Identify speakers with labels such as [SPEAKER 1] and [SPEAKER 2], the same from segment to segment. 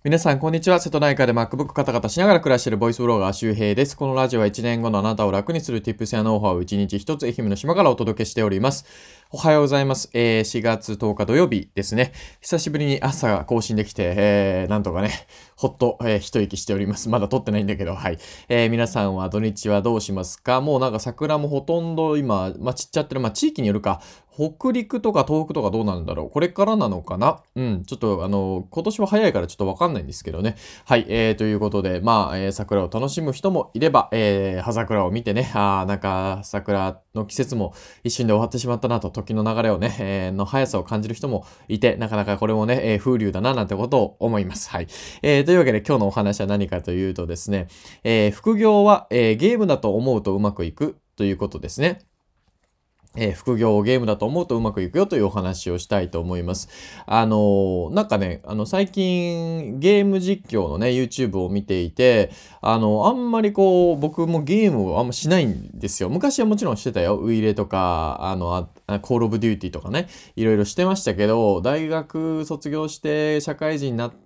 [SPEAKER 1] 皆さん、こんにちは。瀬戸内海で MacBook カタカタしながら暮らしているボイスブロガー周平です。このラジオは1年後のあなたを楽にする Tips やノウハウを1日1つ愛媛の島からお届けしております。おはようございます。4月10日土曜日ですね。久しぶりに朝更新できて、なんとかね、ほっと、一息しております。まだ撮ってないんだけど、はい。皆さんは土日はどうしますか？もうなんか桜もほとんど今、散っちゃってる。地域によるか。北陸とか東北とかどうなんだろう。これからなのかな。ちょっと今年は早いからちょっとわかんないんですけどね。はい、ということで、桜を楽しむ人もいれば、葉桜を見てね、なんか桜の季節も一瞬で終わってしまったなと、時の流れをね、の速さを感じる人もいて、なかなかこれもね、風流だななんてことを思います。はい。というわけで今日のお話は何かというとですね、副業は、ゲームだと思うとうまくいくということですね。副業をゲームだと思うとうまくいくよというお話をしたいと思います。なんかね、最近ゲーム実況のね、YouTube を見ていて、あんまりこう、僕もゲームをあんましないんですよ。昔はもちろんしてたよ。ウイイレとか、コールオブデューティーとかね、いろいろしてましたけど、大学卒業して社会人になって、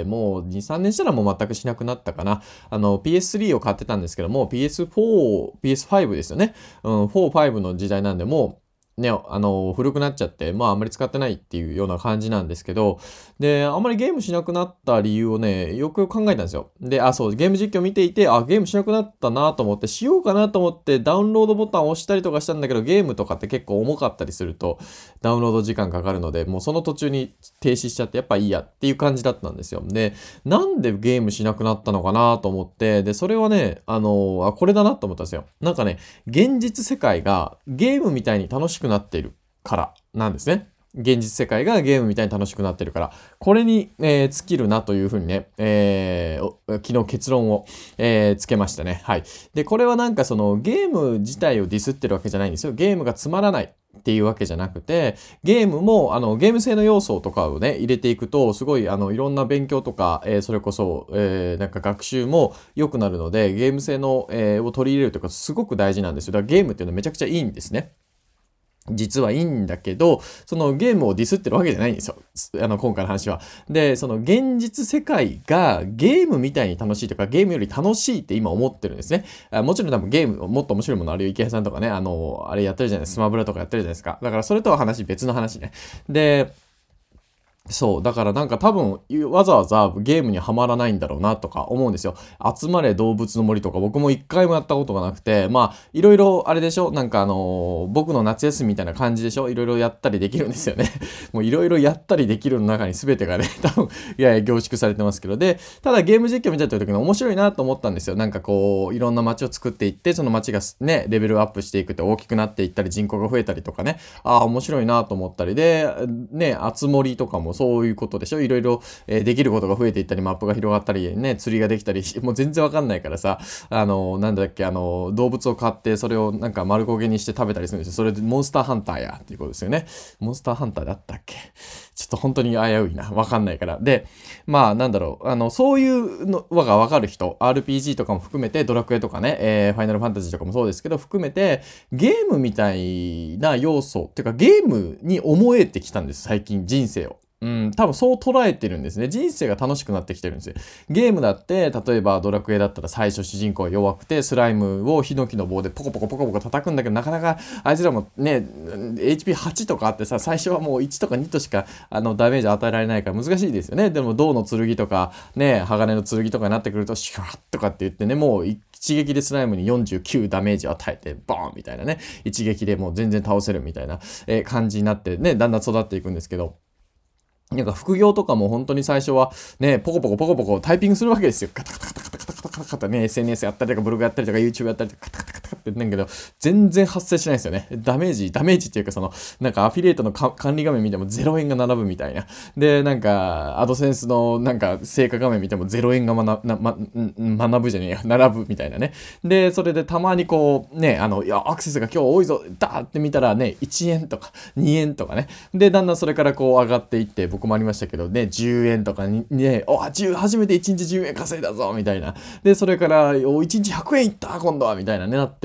[SPEAKER 1] もう2、3年したらもう全くしなくなったかな。PS3 を買ってたんですけども、PS4、PS5 ですよね。4、5の時代なんで、もう、ね、古くなっちゃって、あんまり使ってないっていうような感じなんですけど、で、あんまりゲームしなくなった理由をね、よく考えたんですよ。で、そう、ゲーム実況見ていて、ゲームしなくなったなと思って、しようかなと思ってダウンロードボタンを押したりとかしたんだけど、ゲームとかって結構重かったりすると、ダウンロード時間かかるので、もうその途中に停止しちゃって、やっぱいいやっていう感じだったんですよ。で、なんでゲームしなくなったのかなと思って、で、それはね、これだなと思ったんですよ。なんかね、現実世界がゲームみたいに楽しくなっているからなんですね。現実世界がゲームみたいに楽しくなってるから、これに、尽きるなというふうにね、昨日結論を、つけましたね。はい。で、これはなんかそのゲーム自体をディスってるわけじゃないんですよ。ゲームがつまらない。っていうわけじゃなくて、ゲームも、ゲーム性の要素とかをね、入れていくと、すごい、いろんな勉強とか、それこそ、なんか学習も良くなるので、ゲーム性の、を取り入れるというか、すごく大事なんですよ。だからゲームっていうのはめちゃくちゃいいんですね。実はいいんだけど、そのゲームをディスってるわけじゃないんですよ。今回の話は。で、その現実世界がゲームみたいに楽しいとか、ゲームより楽しいって今思ってるんですね。もちろん多分ゲーム、もっと面白いものあるよ。池谷さんとかね、あれやってるじゃないですか。スマブラとかやってるじゃないですか。だからそれとは別の話ね。で、そう。だからなんか多分、わざわざゲームにはまらないんだろうなとか思うんですよ。集まれ動物の森とか僕も一回もやったことがなくて、いろいろあれでしょなんか僕の夏休みみたいな感じでしょいろいろやったりできるんですよね。もういろいろやったりできるの中に全てがね、多分、凝縮されてますけど。で、ただゲーム実況見た時に面白いなと思ったんですよ。なんかこう、いろんな街を作っていって、その街がね、レベルアップしていくって大きくなっていったり、人口が増えたりとかね、面白いなと思ったりで、ね、あつ森とかもそういうことでしょいろいろ、できることが増えていったり、マップが広がったり、ね、釣りができたり、もう全然わかんないからさ、なんだっけ、動物を飼って、それをなんか丸焦げにして食べたりするんですよ。それでモンスターハンターやっていうことですよね。モンスターハンターだったっけ？ちょっと本当に危ういな。わかんないから。で、なんだろう。そういうのがわかる人、RPG とかも含めて、ドラクエとかね、ファイナルファンタジーとかもそうですけど、含めて、ゲームみたいな要素、っていうかゲームに思えてきたんです、最近人生を。多分そう捉えてるんですね。人生が楽しくなってきてるんですよ。ゲームだって、例えばドラクエだったら最初主人公が弱くて、スライムをヒノキの棒でポコポコポコポコ叩くんだけど、なかなかあいつらもね、HP8 とかあってさ、最初はもう1とか2としかダメージ与えられないから難しいですよね。でも銅の剣とか、ね、鋼の剣とかになってくると、シュワッとかって言ってね、もう一撃でスライムに49ダメージを与えて、ボーンみたいなね、一撃でもう全然倒せるみたいな、感じになってね、だんだん育っていくんですけど、なんか副業とかも本当に最初はね、ポコポコポコポコタイピングするわけですよ。カタカタカタカタカタカタカタカタね、SNS やったりとかブログやったりとか YouTube やったりとかカタカタカタカタって言ってんけど、全然発生しないんですよね。ダメージっていうかなんかアフィリエイトの管理画面見ても0円が並ぶみたいな。で、なんか、アドセンスのなんか成果画面見ても0円が学ぶじゃねえや、並ぶみたいなね。で、それでたまにこう、ね、いや、アクセスが今日多いぞ、ダーって見たらね、1円とか2円とかね。で、だんだんそれからこう上がっていって、僕もありましたけどね、10円とかにね、初めて1日10円稼いだぞみたいな。で、それから、1日100円いった今度はみたいなね、なって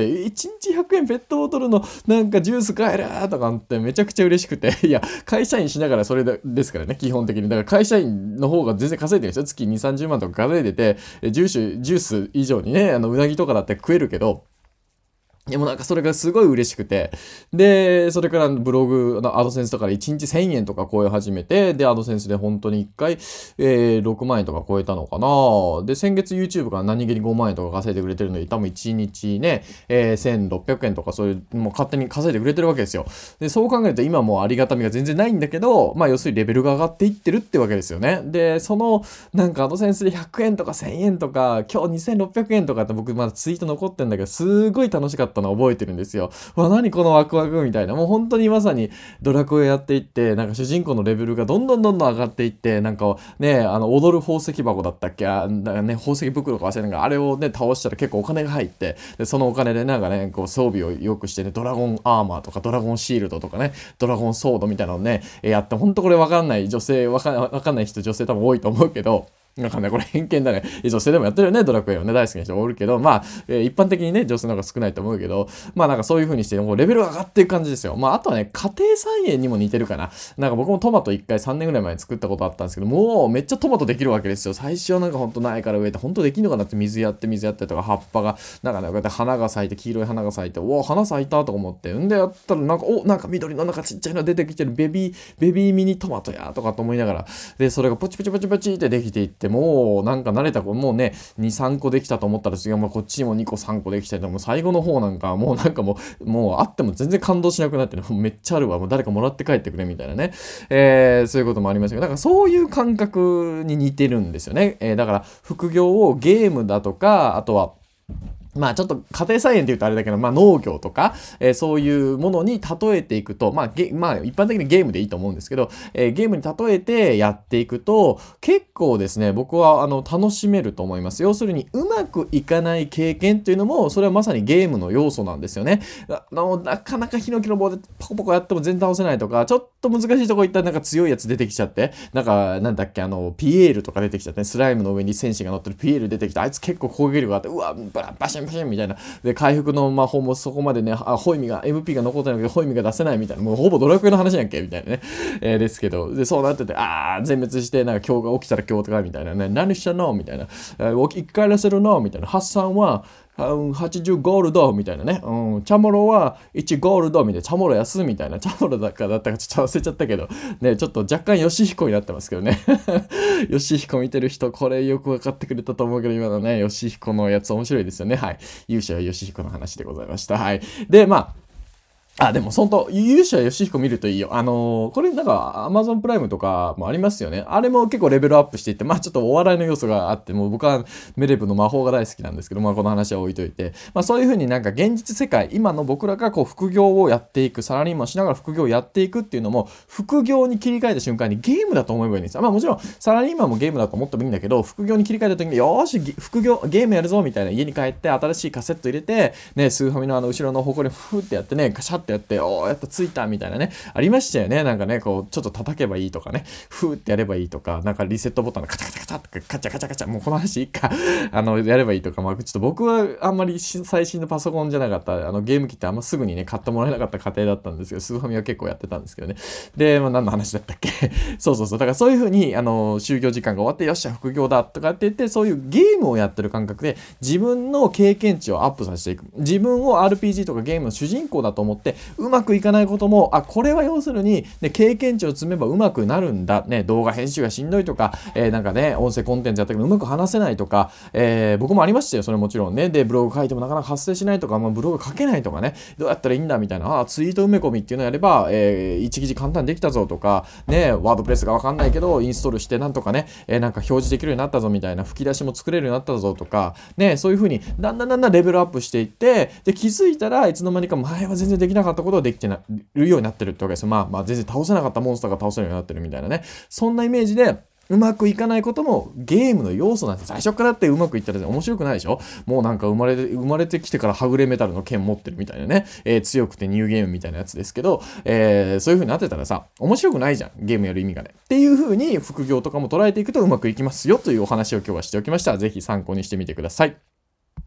[SPEAKER 1] 1日100円ペットボトルのなんかジュース買えるとかってめちゃくちゃ嬉しくて、いや、会社員しながらそれですからね、基本的に。だから会社員の方が全然稼いでるんですよ。月2、30万とか稼いでて、ジュース以上にね、うなぎとかだって食えるけど、でもなんかそれがすごい嬉しくて。で、それからブログのアドセンスとかで1日1000円とか超え始めて、で、アドセンスで本当に1回、6万円とか超えたのかな。で、先月 YouTube が何気に5万円とか稼いでくれてるのに、多分1日ね、1600円とかそういう、もう勝手に稼いでくれてるわけですよ。で、そう考えると今もうありがたみが全然ないんだけど、まあ要するにレベルが上がっていってるってわけですよね。で、その、なんかアドセンスで100円とか1000円とか、今日2600円とかって僕まだツイート残ってんだけど、すごい楽しかったの覚えてるんですよ。何このワクワクみたいな。もう本当にまさにドラクエやっていって、なんか主人公のレベルがどんどん上がっていって、なんかね、踊る宝石箱だったっけ、ね、宝石袋か忘れないが、あれをね、倒したら結構お金が入って、で、そのお金でなんかね、こう装備を良くしてね、ドラゴンアーマーとかドラゴンシールドとかね、ドラゴンソードみたいなのをね、やって、本当これわかんない女性、わかんない人、女性多分多いと思うけど、なんかね、これ偏見だね。女性でもやってるよね、ドラクエはね、大好きな人おるけど、まあ、一般的にね、女性の方が少ないと思うけど、まあなんかそういう風にして、もうレベルが上がっていく感じですよ。まああとはね、家庭菜園にも似てるかな。なんか僕もトマト1回3年ぐらい前に作ったことあったんですけど、もうめっちゃトマトできるわけですよ。最初はなんかほんと苗から植えて、ほんとできんのかなって水やってとか、葉っぱが、なんかね、こうやって花が咲いて、黄色い花が咲いて、おお、花咲いたとか思って、んでやったらなんか、なんか緑のなんかちっちゃいの出てきてるベビーミニトマトやとかと思いながら、で、それがポチポチポチポチってできていって、もうなんか慣れた子、もうね、2、3個できたと思ったら次はもうこっちにも2個3個できてて、もう最後の方なんかもうなんかもうあっても全然感動しなくなってね、もうめっちゃあるわ、もう誰かもらって帰ってくれみたいなね、そういうこともありましたけど、だからそういう感覚に似てるんですよね。だから副業をゲームだとか、あとはまあちょっと家庭菜園って言うとあれだけど、まあ農業とか、そういうものに例えていくと、まあ一般的にゲームでいいと思うんですけど、ゲームに例えてやっていくと、結構ですね、僕は楽しめると思います。要するにうまくいかない経験っていうのも、それはまさにゲームの要素なんですよね。なかなかヒノキの棒でポコポコやっても全然倒せないとか、ちょっと難しいとこ行ったらなんか強いやつ出てきちゃって、なんか、なんだっけ、ピエールとか出てきちゃってね、スライムの上に戦士が乗ってるピエール出てきて、あいつ結構攻撃力があって、うわ、バシンバシンみたいな。で、回復の魔法もそこまでね、ホイミが、MP が残ってないけど、ホイミが出せないみたいな、もうほぼドラクエの話やんけ、みたいなね。ですけど、で、そうなってて、全滅して、なんか今日が起きたら今日とか、みたいなね、何したのみたいな。一回らせるのみたいな。発散は、80ゴールドみたいなね。チャモロは1ゴールドみたいな。チャモロ安みたいな。チャモロだったかちょっと忘れちゃったけど。ね、ちょっと若干ヨシヒコになってますけどね。ヨシヒコ見てる人、これよくわかってくれたと思うけど、今のね、ヨシヒコのやつ面白いですよね。はい。勇者はヨシヒコの話でございました。はい。で、でも、本当勇者よしひこ見るといいよ。これ、なんか、Amazon プライムとかもありますよね。あれも結構レベルアップしていって、ちょっとお笑いの要素があって、もう僕はメレブの魔法が大好きなんですけど、この話は置いといて。そういう風になんか現実世界、今の僕らがこう副業をやっていく、サラリーマンしながら副業をやっていくっていうのも、副業に切り替えた瞬間にゲームだと思えばいいんですよ。もちろん、サラリーマンもゲームだと思ってもいいんだけど、副業に切り替えた時に、よーし、副業、ゲームやるぞみたいな、家に帰って新しいカセット入れて、ね、スーファミの後ろの方向にフーってやってね、カシャってやって、やっとついたみたいなね、ありましたよね。なんかね、こう、ちょっと叩けばいいとかね、フーってやればいいとか、なんかリセットボタンのカチャカチャカチャってカチャカチャカチャ、もうこの話いいか、やればいいとか、ちょっと僕はあんまり最新のパソコンじゃなかった、ゲーム機ってあんますぐにね、買ってもらえなかった家庭だったんですけど、スーファミは結構やってたんですけどね。で、何の話だったっけそう。だからそういう風に、就業時間が終わって、よっしゃ、副業だとかって言って、そういうゲームをやってる感覚で、自分の経験値をアップさせていく。自分を RPG とかゲームの主人公だと思って、うまくいかないことも、これは要するに、ね、経験値を積めばうまくなるんだ。ね、動画編集がしんどいとか、なんかね、音声コンテンツやったけどうまく話せないとか、僕もありましたよ、それもちろんね。で、ブログ書いてもなかなか発生しないとか、ブログ書けないとかね、どうやったらいいんだみたいな、ツイート埋め込みっていうのをやれば、一記事簡単にできたぞとか、ね、ワードプレスがわかんないけど、インストールしてなんとかね、なんか表示できるようになったぞみたいな、吹き出しも作れるようになったぞとか、ね、そういう風に、だんだんレベルアップしていって、で、気づいたらいつの間にか前は全然できなかったことができてるようになってるってわけですよ。全然倒せなかったモンスターが倒せるようになってるみたいなね。そんなイメージで、うまくいかないこともゲームの要素なんて最初からってうまくいったら面白くないでしょ。もうなんか生まれてきてからはぐれメタルの剣持ってるみたいなね、強くてニューゲームみたいなやつですけど、そういう風になってたらさ、面白くないじゃん。ゲームやる意味がね。っていう風に副業とかも捉えていくとうまくいきますよというお話を今日はしておきました。ぜひ参考にしてみてください。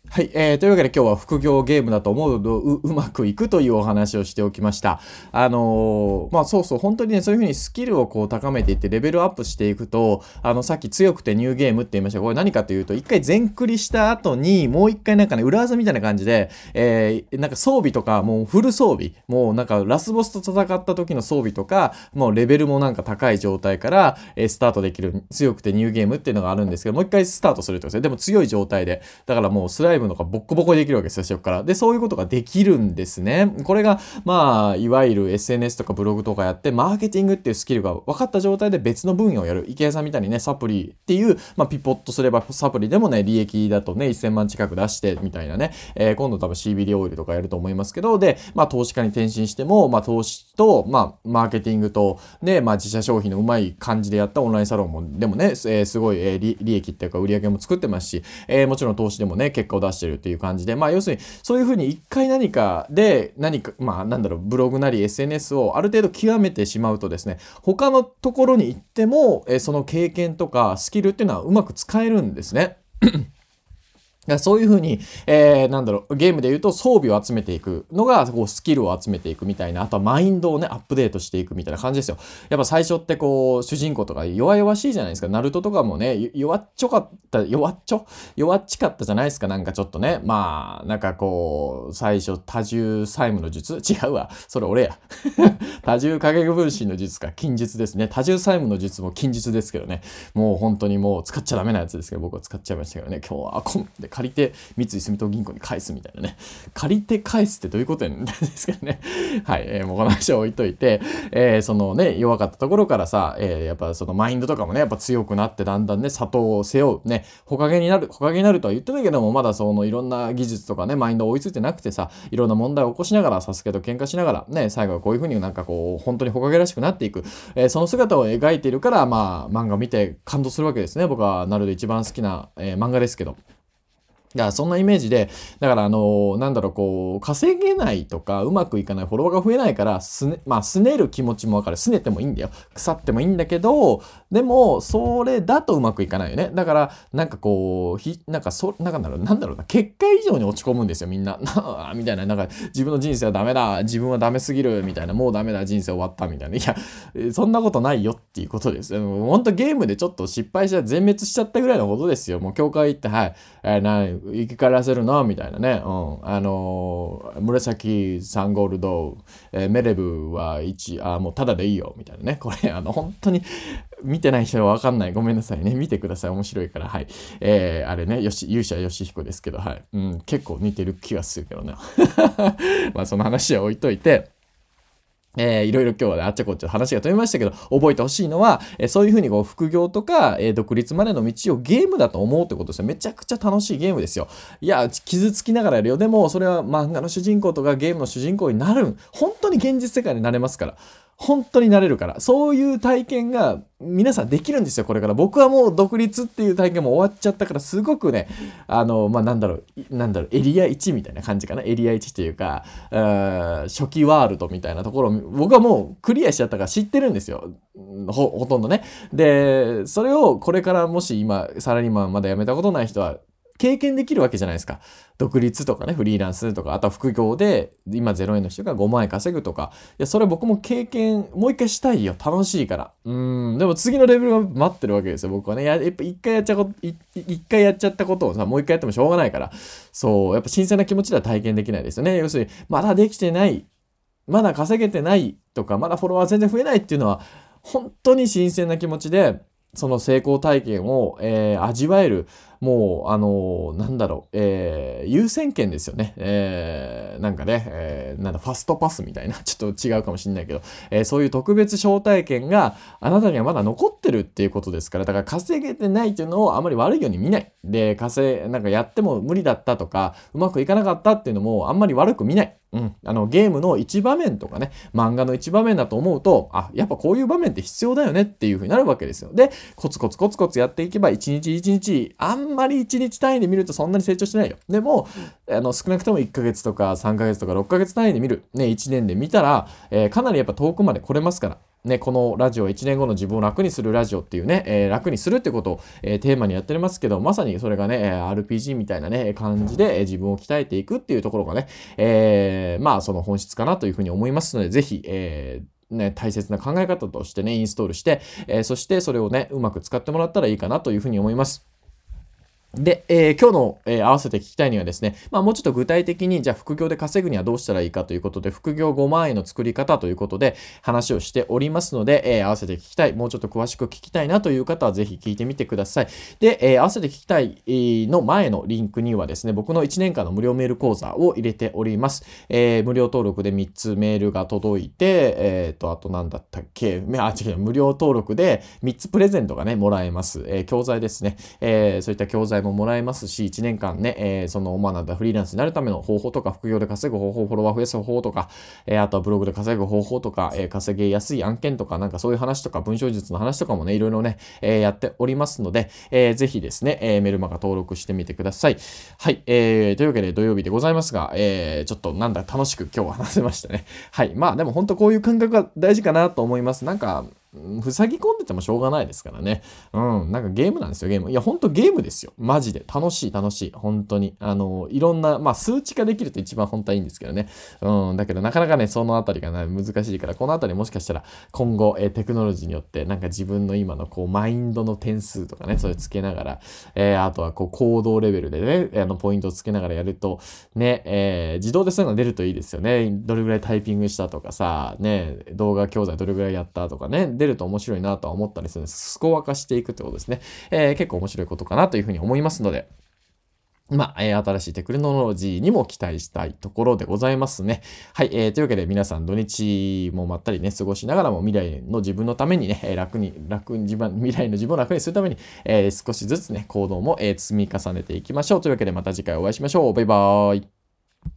[SPEAKER 1] はい、というわけで今日は副業ゲームだと思うとうまくいくというお話をしておきました。まあそうそう、本当にね、そういう風にスキルをこう高めていってレベルアップしていくと、さっき強くてニューゲームって言いましたが、これ何かというと、一回全クリした後に、もう一回なんかね、裏技みたいな感じで、なんか装備とか、もうフル装備、もうなんかラスボスと戦った時の装備とか、もうレベルもなんか高い状態から、スタートできる強くてニューゲームっていうのがあるんですけど、もう一回スタートするってことですね。でも強い状態で。だからもうスライムとかボッコボコにできるわけですよ、最初から。で、そういうことができるんですね。これが、まあ、いわゆる SNS とかブログとかやって、マーケティングっていうスキルが分かった状態で別の分野をやる。池谷さんみたいにね、サプリっていう、まあ、ピポッとすればサプリでもね、利益だとね、1000万近く出して、みたいなね、今度多分 CBD オイルとかやると思いますけど、で、まあ、投資家に転身しても、まあ、投資と、まあ、マーケティングと、で、まあ、自社商品のうまい感じでやったオンラインサロンも、でもね、すごい、利益っていうか売り上げも作ってますし、もちろん投資でもね、結果を出してるっていう感じで、まあ、要するに、そういうふうに一回何かで、何か、まあ、なんだろう、ブログなり SNS をある程度極めてしまうとですね、他のところに行っても、その経験とかスキルっていうのはうまく使えるんですね。そういうふうに、なんだろう、ゲームで言うと装備を集めていくのが、こう、スキルを集めていくみたいな、あとはマインドをね、アップデートしていくみたいな感じですよ。やっぱ最初ってこう、主人公とか弱々しいじゃないですか。ナルトとかもね、弱っちかったじゃないですか。なんかちょっとね、まあ、なんかこう、最初、多重債務の術違うわ。それ俺や。多重影分身の術か、禁術ですね。多重債務の術も禁術ですけどね。もう本当にもう使っちゃダメなやつですけど、僕は使っちゃいましたけどね。今日はコンで借りて三井住友銀行に返すみたいなね。借りて返すってどういうことやねんですけどね。はい、もうこの話は置いといて、そのね、弱かったところからさ、やっぱそのマインドとかもね、やっぱ強くなってだんだんね、里を背負う、ね、ほかげになるとは言ってたけども、まだそのいろんな技術とかね、マインド追いついてなくてさ、いろんな問題を起こしながら、サスケと喧嘩しながら、ね、最後はこういう風になんかこう、本当にほかげらしくなっていく、その姿を描いているから、まあ、漫画を見て感動するわけですね。僕はなるで一番好きな、漫画ですけど。いや、そんなイメージで、だからなんだろう、こう、稼げないとか、うまくいかない、フォロワーが増えないから、まあ、拗ねる気持ちもわかる。拗ねてもいいんだよ。腐ってもいいんだけど、でも、それだとうまくいかないよね。だから、なんかこう、なんだろうな、結果以上に落ち込むんですよ、みんな。みたいな、なんか、自分の人生はダメだ、自分はダメすぎる、みたいな、もうダメだ、人生終わった、みたいな。いや、そんなことないよっていうことです。ほんとゲームでちょっと失敗したら全滅しちゃったぐらいのことですよ。もう教会行って、はい、生き返らせるのみたいなね。紫3ゴールド、メレブは1、もうただでいいよ、みたいなね。これ、本当に、見てない人はわかんない。ごめんなさいね。見てください。面白いから。はい。あれね、勇者ヨシヒコですけど、はい。うん、結構似てる気がするけどね。まあ、その話は置いといて、いろいろ今日はね、あっちゃこっちゃ話が飛びましたけど、覚えてほしいのは、そういうふうにこう、副業とか、独立までの道をゲームだと思うってことですよ。めちゃくちゃ楽しいゲームですよ。いや、傷つきながらやるよ。でも、それは漫画の主人公とかゲームの主人公になる。本当に現実世界になれますから。本当になれるから。そういう体験が皆さんできるんですよ、これから。僕はもう独立っていう体験も終わっちゃったから、すごくね、まあ、なんだろう、エリア1みたいな感じかな。エリア1というか、初期ワールドみたいなところを、僕はもうクリアしちゃったから知ってるんですよ。ほとんどね。で、それをこれからもし今、サラリーマンまだ辞めたことない人は、経験できるわけじゃないですか。独立とかね、フリーランスとか、あとは副業で、今0円の人が5万円稼ぐとか、いや、それ僕も経験、もう一回したいよ。楽しいから。でも次のレベルが待ってるわけですよ、僕はね。やっぱ一回やっちゃったことをさ、もう一回やってもしょうがないから。そう、やっぱ新鮮な気持ちでは体験できないですよね。要するに、まだできてない、まだ稼げてないとか、まだフォロワー全然増えないっていうのは、本当に新鮮な気持ちで、その成功体験を、味わえる、もう、なんだろう、優先権ですよね。なんかね、ファストパスみたいな、ちょっと違うかもしれないけど、そういう特別招待券があなたにはまだ残ってるっていうことですから、だから稼げてないっていうのをあまり悪いように見ない。で、なんかやっても無理だったとか、うまくいかなかったっていうのもあんまり悪く見ない。ゲームの一場面とかね、漫画の一場面だと思うと、やっぱこういう場面って必要だよねっていう風になるわけですよ。で、コツコツコツコツやっていけば、一日一日、あんまり一日単位で見るとそんなに成長してないよ。でも、少なくとも1ヶ月とか3ヶ月とか6ヶ月単位で見る。ね、1年で見たら、かなりやっぱ遠くまで来れますから。 ね、このラジオ1年後の自分を楽にするラジオっていうね、楽にするってことを、テーマにやってますけど、まさにそれがね、RPG みたいなね、感じで、自分を鍛えていくっていうところがね、まあその本質かなというふうに思いますので、ぜひ、ね、大切な考え方としてね、インストールして、そしてそれをね、うまく使ってもらったらいいかなというふうに思います。で、今日の、合わせて聞きたいにはですね、まあもうちょっと具体的に、じゃあ副業で稼ぐにはどうしたらいいかということで、副業5万円の作り方ということで話をしておりますので、合わせて聞きたい、もうちょっと詳しく聞きたいなという方はぜひ聞いてみてください。で、合わせて聞きたいの前のリンクにはですね、僕の1年間の無料メール講座を入れております。無料登録で3つメールが届いて、あと何だったっけ、違う、無料登録で3つプレゼントがね、もらえます。教材ですね。そういった教材ももらえますし、1年間ね、なんだ、フリーランスになるための方法とか、副業で稼ぐ方法、フォロワー増やす方法とか、あとはブログで稼ぐ方法とか、稼ぎやすい案件とか、なんかそういう話とか、文章術の話とかもね、いろいろね、やっておりますので、ぜひですね、メルマガ登録してみてください。はい、というわけで土曜日でございますが、ちょっとなんだ、楽しく今日は話せましたね。はい、まあでも本当こういう感覚が大事かなと思います。なんか、塞ぎ込んでてもしょうがないですからね。なんかゲームなんですよ、ゲーム。いや、ほんとゲームですよ。マジで。楽しい、楽しい。本当に。いろんな、まあ、数値化できると一番本当はいいんですけどね。だけどなかなかね、そのあたりがね、難しいから、このあたりもしかしたら今後、テクノロジーによって、なんか自分の今のこう、マインドの点数とかね、それつけながら、あとはこう、行動レベルでね、ポイントをつけながらやると、ね、自動でそういうの出るといいですよね。どれぐらいタイピングしたとかさ、ね、動画教材どれぐらいやったとかね、出ると面白いなとは思ったりするんです。スコア化していくってことですね。結構面白いことかなというふうに思いますので、まあ、新しいテクノロジーにも期待したいところでございますね。はい、というわけで皆さん土日もまったりね、過ごしながらも未来の自分のためにね、未来の自分を楽にするために、少しずつね、行動も、積み重ねていきましょう。というわけでまた次回お会いしましょう。バイバーイ。